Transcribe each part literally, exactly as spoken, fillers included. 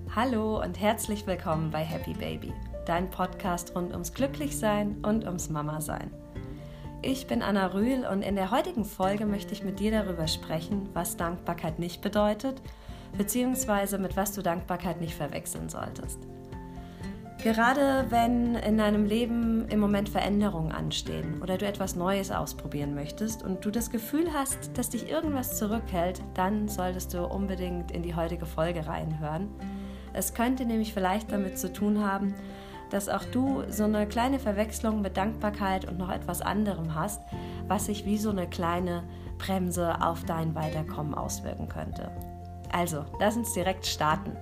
Hallo und herzlich willkommen bei Happy Baby, dein Podcast rund ums Glücklichsein und ums Mama-Sein. Ich bin Anna Rühl und in der heutigen Folge möchte ich mit dir darüber sprechen, was Dankbarkeit nicht bedeutet, beziehungsweise mit was du Dankbarkeit nicht verwechseln solltest. Gerade wenn in deinem Leben im Moment Veränderungen anstehen oder du etwas Neues ausprobieren möchtest und du das Gefühl hast, dass dich irgendwas zurückhält, dann solltest du unbedingt in die heutige Folge reinhören. Es könnte nämlich vielleicht damit zu tun haben, dass auch du so eine kleine Verwechslung mit Dankbarkeit und noch etwas anderem hast, was sich wie so eine kleine Bremse auf dein Weiterkommen auswirken könnte. Also, lass uns direkt starten.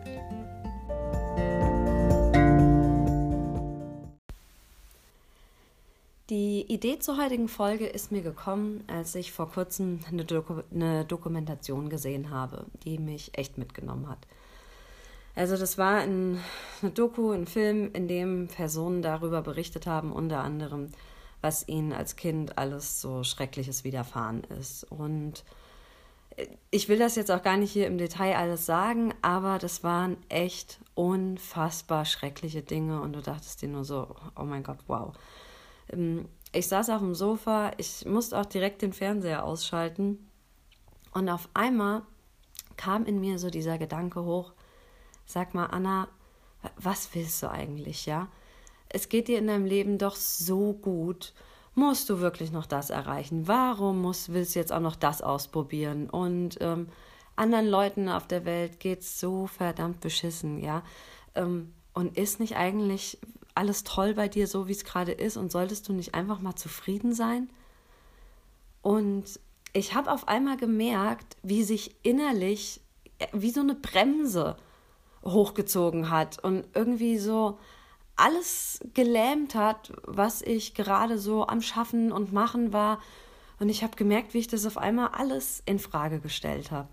Die Idee zur heutigen Folge ist mir gekommen, als ich vor kurzem eine, Doku- eine Dokumentation gesehen habe, die mich echt mitgenommen hat. Also das war ein, eine Doku, ein Film, in dem Personen darüber berichtet haben, unter anderem, was ihnen als Kind alles so Schreckliches widerfahren ist. Und ich will das jetzt auch gar nicht hier im Detail alles sagen, aber das waren echt unfassbar schreckliche Dinge und du dachtest dir nur so, oh mein Gott, wow. Ich saß auf dem Sofa, ich musste auch direkt den Fernseher ausschalten und auf einmal kam in mir so dieser Gedanke hoch, sag mal, Anna, was willst du eigentlich, ja? Es geht dir in deinem Leben doch so gut. Musst du wirklich noch das erreichen? Warum musst, willst du jetzt auch noch das ausprobieren? Und ähm, anderen Leuten auf der Welt geht's so verdammt beschissen, ja? Ähm, und ist nicht eigentlich alles toll bei dir, so wie es gerade ist? Und solltest du nicht einfach mal zufrieden sein? Und ich habe auf einmal gemerkt, wie sich innerlich wie so eine Bremse hochgezogen hat und irgendwie so alles gelähmt hat, was ich gerade so am Schaffen und Machen war. Und ich habe gemerkt, wie ich das auf einmal alles in Frage gestellt habe.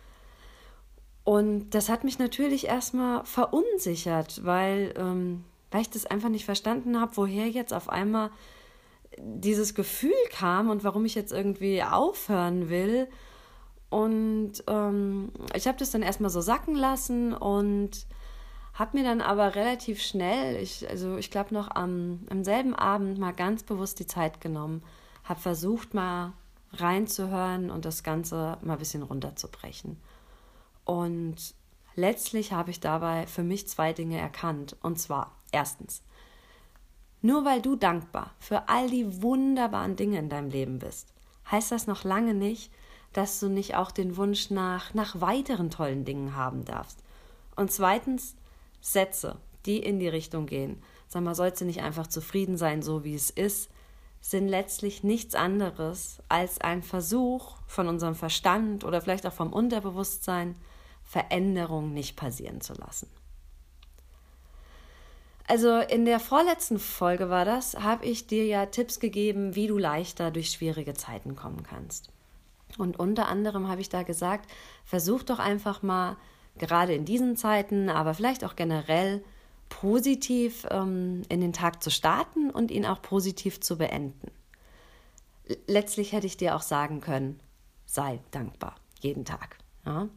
Und das hat mich natürlich erstmal verunsichert, weil, ähm, weil ich das einfach nicht verstanden habe, woher jetzt auf einmal dieses Gefühl kam und warum ich jetzt irgendwie aufhören will. Und ähm, ich habe das dann erstmal so sacken lassen und habe mir dann aber relativ schnell, ich, also ich glaube noch am, am selben Abend mal ganz bewusst die Zeit genommen, habe versucht mal reinzuhören und das Ganze mal ein bisschen runterzubrechen. Und letztlich habe ich dabei für mich zwei Dinge erkannt. Und zwar, erstens, nur weil du dankbar für all die wunderbaren Dinge in deinem Leben bist, heißt das noch lange nicht, dass du nicht auch den Wunsch nach, nach weiteren tollen Dingen haben darfst. Und zweitens, Sätze, die in die Richtung gehen. Sag mal, sollst du nicht einfach zufrieden sein, so wie es ist, sind letztlich nichts anderes als ein Versuch von unserem Verstand oder vielleicht auch vom Unterbewusstsein, Veränderung nicht passieren zu lassen. Also in der vorletzten Folge war das, habe ich dir ja Tipps gegeben, wie du leichter durch schwierige Zeiten kommen kannst. Und unter anderem habe ich da gesagt, versuch doch einfach mal, gerade in diesen Zeiten, aber vielleicht auch generell, positiv ähm, in den Tag zu starten und ihn auch positiv zu beenden. Letztlich hätte ich dir auch sagen können, sei dankbar, jeden Tag. Ja?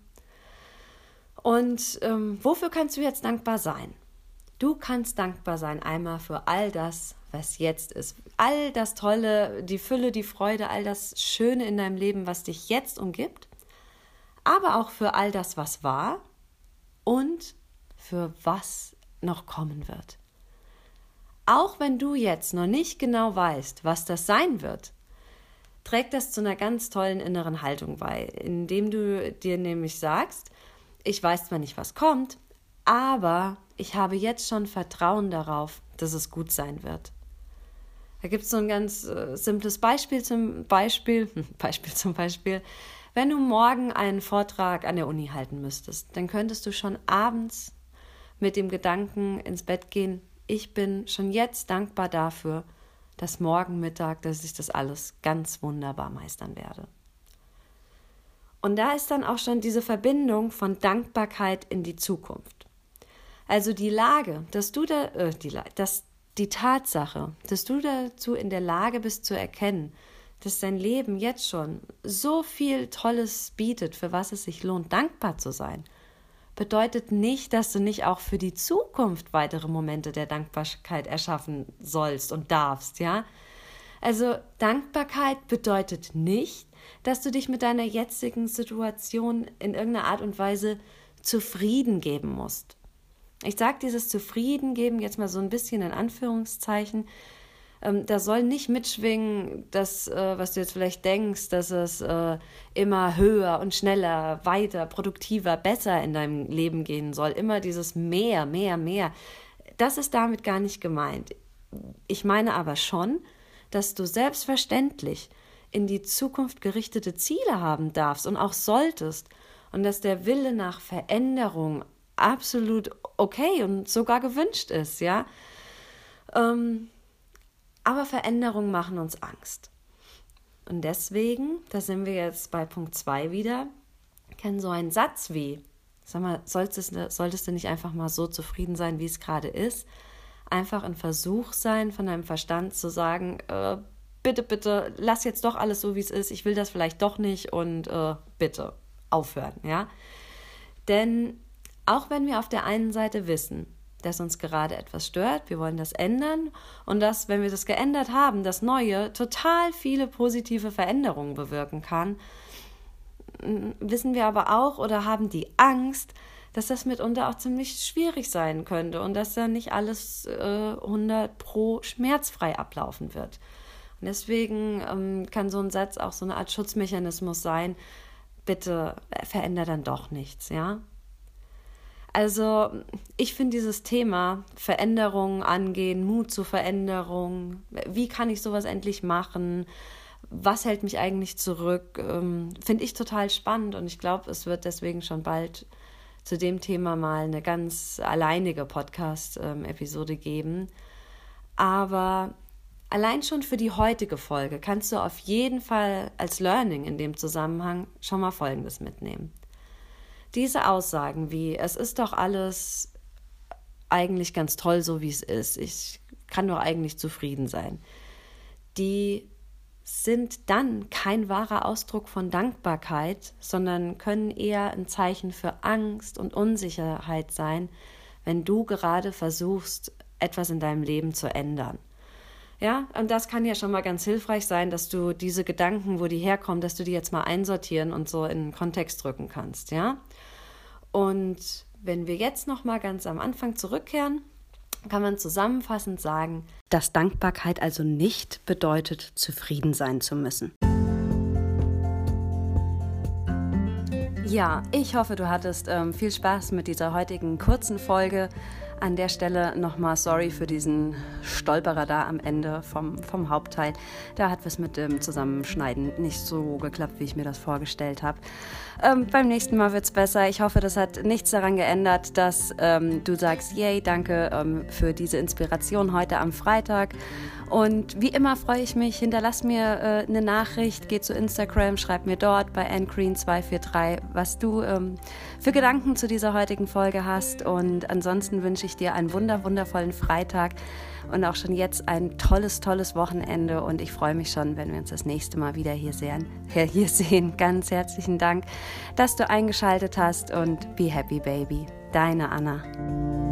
Und ähm, wofür kannst du jetzt dankbar sein? Du kannst dankbar sein einmal für all das, was jetzt ist. All das Tolle, die Fülle, die Freude, all das Schöne in deinem Leben, was dich jetzt umgibt. Aber auch für all das, was war und für was noch kommen wird. Auch wenn du jetzt noch nicht genau weißt, was das sein wird, trägt das zu einer ganz tollen inneren Haltung bei, indem du dir nämlich sagst, ich weiß zwar nicht, was kommt, aber ich habe jetzt schon Vertrauen darauf, dass es gut sein wird. Da gibt es so ein ganz äh, simples Beispiel zum Beispiel, Beispiel zum Beispiel, wenn du morgen einen Vortrag an der Uni halten müsstest, dann könntest du schon abends mit dem Gedanken ins Bett gehen, ich bin schon jetzt dankbar dafür, dass morgen Mittag, dass ich das alles ganz wunderbar meistern werde. Und da ist dann auch schon diese Verbindung von Dankbarkeit in die Zukunft. Also die Lage, dass du da, äh, die, dass die Tatsache, dass du dazu in der Lage bist zu erkennen, dass dein Leben jetzt schon so viel Tolles bietet, für was es sich lohnt, dankbar zu sein, bedeutet nicht, dass du nicht auch für die Zukunft weitere Momente der Dankbarkeit erschaffen sollst und darfst, ja? Also Dankbarkeit bedeutet nicht, dass du dich mit deiner jetzigen Situation in irgendeiner Art und Weise zufrieden geben musst. Ich sage dieses Zufrieden geben jetzt mal so ein bisschen in Anführungszeichen. Ähm, da soll nicht mitschwingen, das, äh, was du jetzt vielleicht denkst, dass es äh, immer höher und schneller, weiter, produktiver, besser in deinem Leben gehen soll. Immer dieses mehr, mehr, mehr. Das ist damit gar nicht gemeint. Ich meine aber schon, dass du selbstverständlich in die Zukunft gerichtete Ziele haben darfst und auch solltest und dass der Wille nach Veränderung absolut okay und sogar gewünscht ist, ja. Ähm, aber Veränderungen machen uns Angst. Und deswegen, da sind wir jetzt bei Punkt zwei wieder, kann so ein Satz wie, sag mal, solltest, solltest du nicht einfach mal so zufrieden sein, wie es gerade ist, einfach ein Versuch sein, von deinem Verstand zu sagen, äh, bitte, bitte, lass jetzt doch alles so, wie es ist, ich will das vielleicht doch nicht und äh, bitte aufhören, ja. Denn auch wenn wir auf der einen Seite wissen, dass uns gerade etwas stört, wir wollen das ändern und dass, wenn wir das geändert haben, das Neue total viele positive Veränderungen bewirken kann, wissen wir aber auch oder haben die Angst, dass das mitunter auch ziemlich schwierig sein könnte und dass dann nicht alles äh, hundert pro schmerzfrei ablaufen wird. Und deswegen ähm, kann so ein Satz auch so eine Art Schutzmechanismus sein, bitte veränder dann doch nichts, ja. Also ich finde dieses Thema Veränderungen angehen, Mut zur Veränderung, wie kann ich sowas endlich machen, was hält mich eigentlich zurück, ähm, finde ich total spannend und ich glaube, es wird deswegen schon bald zu dem Thema mal eine ganz alleinige Podcast-Episode geben. Aber allein schon für die heutige Folge kannst du auf jeden Fall als Learning in dem Zusammenhang schon mal Folgendes mitnehmen. Diese Aussagen wie, es ist doch alles eigentlich ganz toll, so wie es ist, ich kann doch eigentlich zufrieden sein, die sind dann kein wahrer Ausdruck von Dankbarkeit, sondern können eher ein Zeichen für Angst und Unsicherheit sein, wenn du gerade versuchst, etwas in deinem Leben zu ändern. Ja, und das kann ja schon mal ganz hilfreich sein, dass du diese Gedanken, wo die herkommen, dass du die jetzt mal einsortieren und so in den Kontext drücken kannst, ja. Und wenn wir jetzt noch mal ganz am Anfang zurückkehren, kann man zusammenfassend sagen, dass Dankbarkeit also nicht bedeutet, zufrieden sein zu müssen. Ja, ich hoffe, du hattest ähm, viel Spaß mit dieser heutigen kurzen Folge. An der Stelle nochmal sorry für diesen Stolperer da am Ende vom, vom Hauptteil. Da hat was mit dem Zusammenschneiden nicht so geklappt, wie ich mir das vorgestellt habe. Ähm, beim nächsten Mal wird es besser. Ich hoffe, das hat nichts daran geändert, dass ähm, du sagst, yay, danke ähm, für diese Inspiration heute am Freitag. Und wie immer freue ich mich, hinterlass mir äh, eine Nachricht, geh zu Instagram, schreib mir dort bei angreen zwei vier drei, was du ähm, für Gedanken zu dieser heutigen Folge hast. Und ansonsten wünsche ich dir einen wunder, wundervollen Freitag und auch schon jetzt ein tolles, tolles Wochenende. Und ich freue mich schon, wenn wir uns das nächste Mal wieder hier sehen. Hier sehen. Ganz herzlichen Dank, dass du eingeschaltet hast und be happy, baby. Deine Anna.